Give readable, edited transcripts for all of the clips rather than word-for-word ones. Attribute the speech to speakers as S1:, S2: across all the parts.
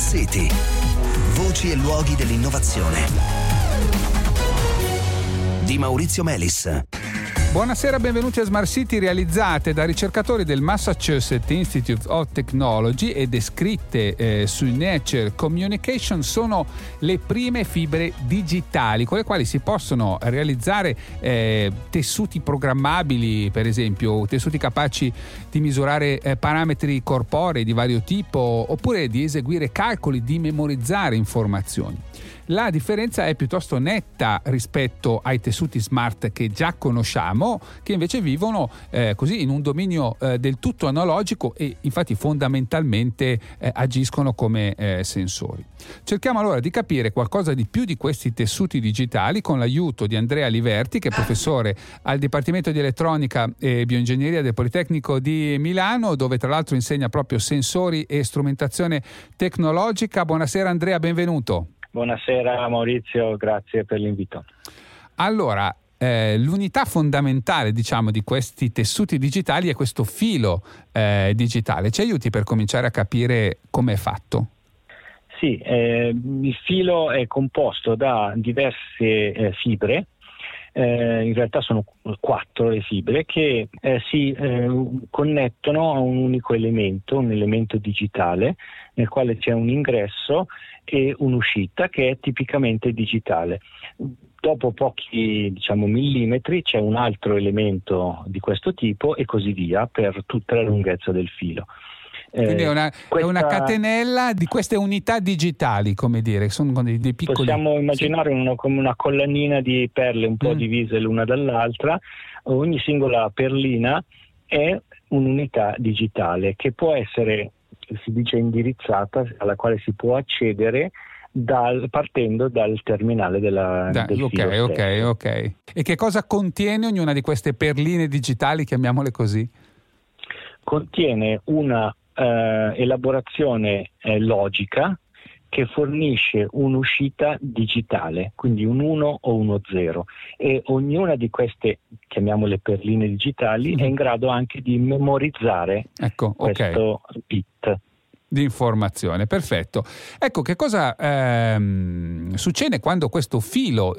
S1: City. Voci e luoghi dell'innovazione. Di Maurizio Melis.
S2: Buonasera, benvenuti a Smart City, realizzate da ricercatori del Massachusetts Institute of Technology e descritte su Nature Communication. Sono le prime fibre digitali con le quali si possono realizzare tessuti programmabili, per esempio tessuti capaci di misurare parametri corporei di vario tipo, oppure di eseguire calcoli, di memorizzare informazioni. La differenza è piuttosto netta rispetto ai tessuti smart che già conosciamo, che invece vivono così in un dominio del tutto analogico e infatti fondamentalmente agiscono come sensori. Cerchiamo allora di capire qualcosa di più di questi tessuti digitali con l'aiuto di Andrea Liverti, che è professore al Dipartimento di Elettronica e Bioingegneria del Politecnico di Milano, dove tra l'altro insegna proprio sensori e strumentazione tecnologica. Buonasera Andrea, benvenuto.
S3: Buonasera Maurizio, grazie per l'invito.
S2: Allora, l'unità fondamentale, diciamo, di questi tessuti digitali è questo filo digitale. Ci aiuti per cominciare a capire come è fatto?
S3: Sì, il filo è composto da diverse fibre. In realtà sono 4 le fibre che si connettono a un unico elemento, un elemento digitale nel quale c'è un ingresso e un'uscita che è tipicamente digitale. Dopo pochi millimetri c'è un altro elemento di questo tipo e così via per tutta la lunghezza del filo.
S2: Quindi è una catenella di queste unità digitali, come dire, sono dei piccoli.
S3: Possiamo immaginare come una collanina di perle un po' divise l'una dall'altra. Ogni singola perlina è un'unità digitale che può essere, si dice, indirizzata, alla quale si può accedere partendo dal terminale del filo stesso.
S2: Ok. E che cosa contiene ognuna di queste perline digitali, chiamiamole così?
S3: Contiene una elaborazione logica che fornisce un'uscita digitale, quindi un 1 o uno 0, e ognuna di queste, chiamiamole perline digitali, è in grado anche di memorizzare questo bit
S2: di informazione. Perfetto. Ecco, che cosa succede quando questo filo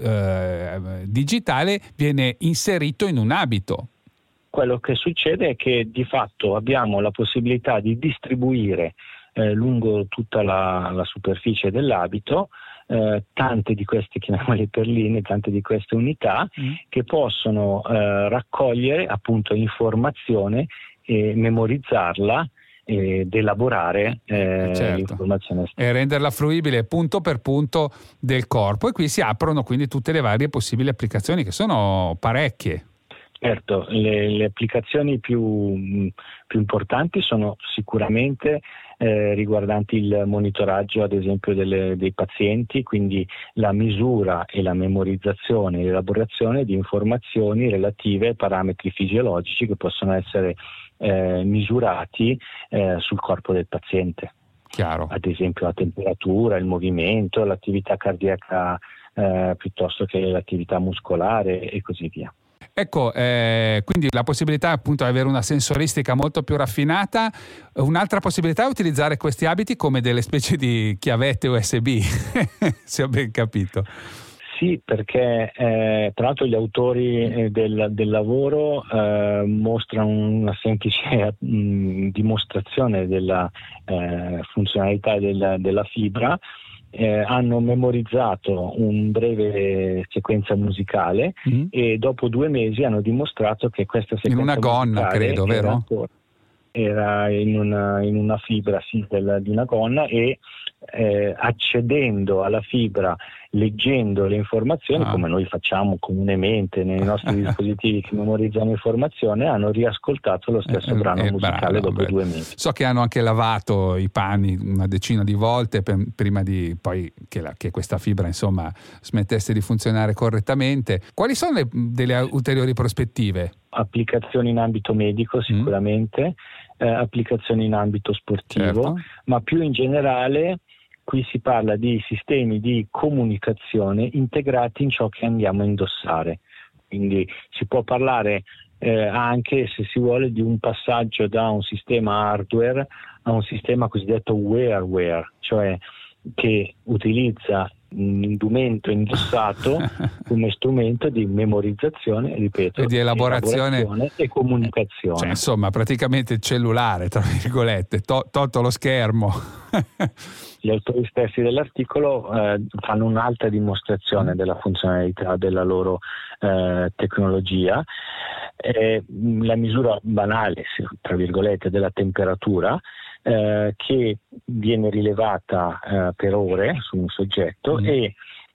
S2: digitale viene inserito in un abito?
S3: Quello che succede è che di fatto abbiamo la possibilità di distribuire lungo tutta la superficie dell'abito tante di queste, chiamiamole perline, tante di queste unità che possono raccogliere appunto informazione e memorizzarla ed elaborare l'informazione stessa.
S2: E renderla fruibile punto per punto del corpo, e qui si aprono quindi tutte le varie possibili applicazioni, che sono parecchie.
S3: Certo, le applicazioni più importanti sono sicuramente riguardanti il monitoraggio, ad esempio, dei pazienti, quindi la misura e la memorizzazione e l'elaborazione di informazioni relative ai parametri fisiologici che possono essere misurati sul corpo del paziente.
S2: Chiaro.
S3: Ad esempio la temperatura, il movimento, l'attività cardiaca piuttosto che l'attività muscolare e così via.
S2: Ecco, quindi la possibilità appunto di avere una sensoristica molto più raffinata. Un'altra possibilità è utilizzare questi abiti come delle specie di chiavette USB, se ho ben capito.
S3: Sì, perché tra l'altro gli autori del lavoro mostrano una semplice dimostrazione della funzionalità della fibra. Hanno memorizzato un breve sequenza musicale e dopo 2 mesi hanno dimostrato che questa sequenza
S2: in una gonna, credo, vero?
S3: Era in una fibra, sì, di una gonna, e accedendo alla fibra, leggendo le informazioni, come noi facciamo comunemente nei nostri dispositivi che memorizzano informazione, hanno riascoltato lo stesso brano musicale dopo 2 mesi.
S2: So che hanno anche lavato i panni una decina di volte prima di poi che questa fibra insomma smettesse di funzionare correttamente. Quali sono delle ulteriori prospettive?
S3: Applicazioni in ambito medico sicuramente, applicazioni in ambito sportivo, certo. Ma più in generale qui si parla di sistemi di comunicazione integrati in ciò che andiamo a indossare. Quindi si può parlare anche, se si vuole, di un passaggio da un sistema hardware a un sistema cosiddetto wearware, cioè che utilizza un indumento indossato come strumento di memorizzazione, ripeto,
S2: e di elaborazione
S3: e comunicazione.
S2: Cioè, insomma, praticamente il cellulare, tra virgolette, tolto lo schermo.
S3: Gli autori stessi dell'articolo fanno un'altra dimostrazione della funzionalità della loro tecnologia. La misura banale, tra virgolette, della temperatura, che viene rilevata per ore su un soggetto e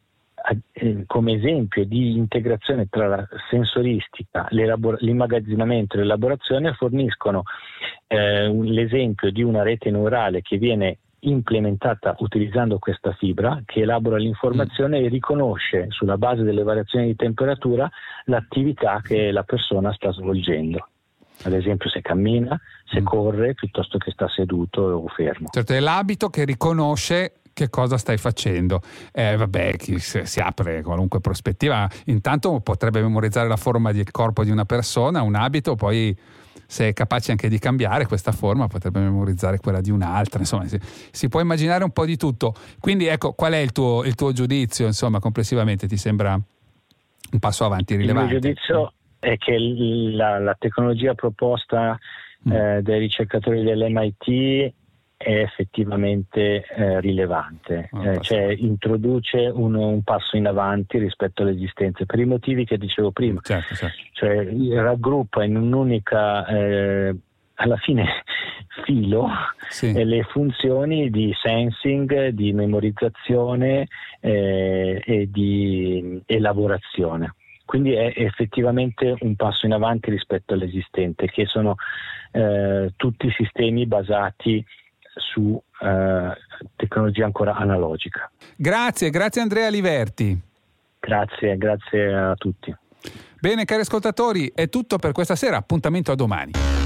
S3: come esempio di integrazione tra la sensoristica, l'immagazzinamento e l'elaborazione forniscono l'esempio di una rete neurale che viene implementata utilizzando questa fibra, che elabora l'informazione e riconosce sulla base delle variazioni di temperatura l'attività che la persona sta svolgendo. Ad esempio se cammina, se corre, piuttosto che sta seduto o fermo.
S2: Certo, è l'abito che riconosce che cosa stai facendo. Si apre qualunque prospettiva. Intanto potrebbe memorizzare la forma del corpo di una persona, un abito, poi se è capace anche di cambiare questa forma potrebbe memorizzare quella di un'altra. Insomma, si può immaginare un po' di tutto. Quindi ecco, qual è il tuo giudizio? Insomma, complessivamente ti sembra un passo avanti rilevante?
S3: Il mio giudizio è che la tecnologia proposta dai ricercatori dell'MIT è effettivamente rilevante, cioè introduce un passo in avanti rispetto all'esistenza, per i motivi che dicevo prima.
S2: Certo.
S3: Cioè raggruppa in un'unica alla fine filo le funzioni di sensing, di memorizzazione e di elaborazione. Quindi è effettivamente un passo in avanti rispetto all'esistente, che sono tutti sistemi basati su tecnologia ancora analogica.
S2: Grazie Andrea Liverti.
S3: Grazie a tutti.
S2: Bene, cari ascoltatori, è tutto per questa sera, appuntamento a domani.